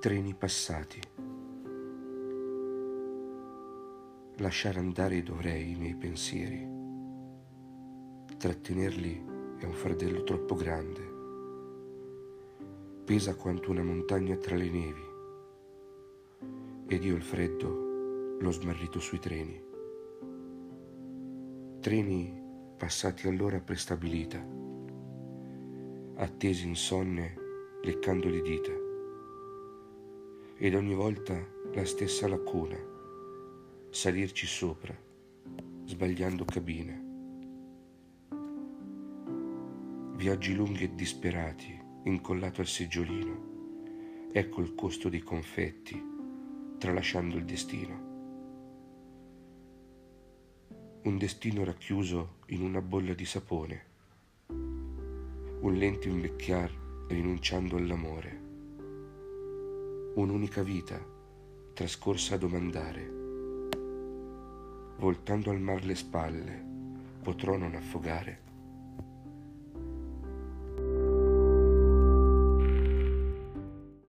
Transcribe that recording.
Treni passati. Lasciare andare dovrei i miei pensieri. Trattenerli è un fardello troppo grande. Pesa quanto una montagna tra le nevi. Ed io il freddo l'ho smarrito sui treni. Treni passati all'ora prestabilita, attesi insonne leccando le dita. Ed ogni volta la stessa lacuna, salirci sopra, sbagliando cabina. Viaggi lunghi e disperati, incollato al seggiolino, ecco il costo dei confetti, tralasciando il destino. Un destino racchiuso in una bolla di sapone, un lento invecchiar rinunciando all'amore, un'unica vita trascorsa a domandare. Voltando al mar le spalle, potrò non affogare?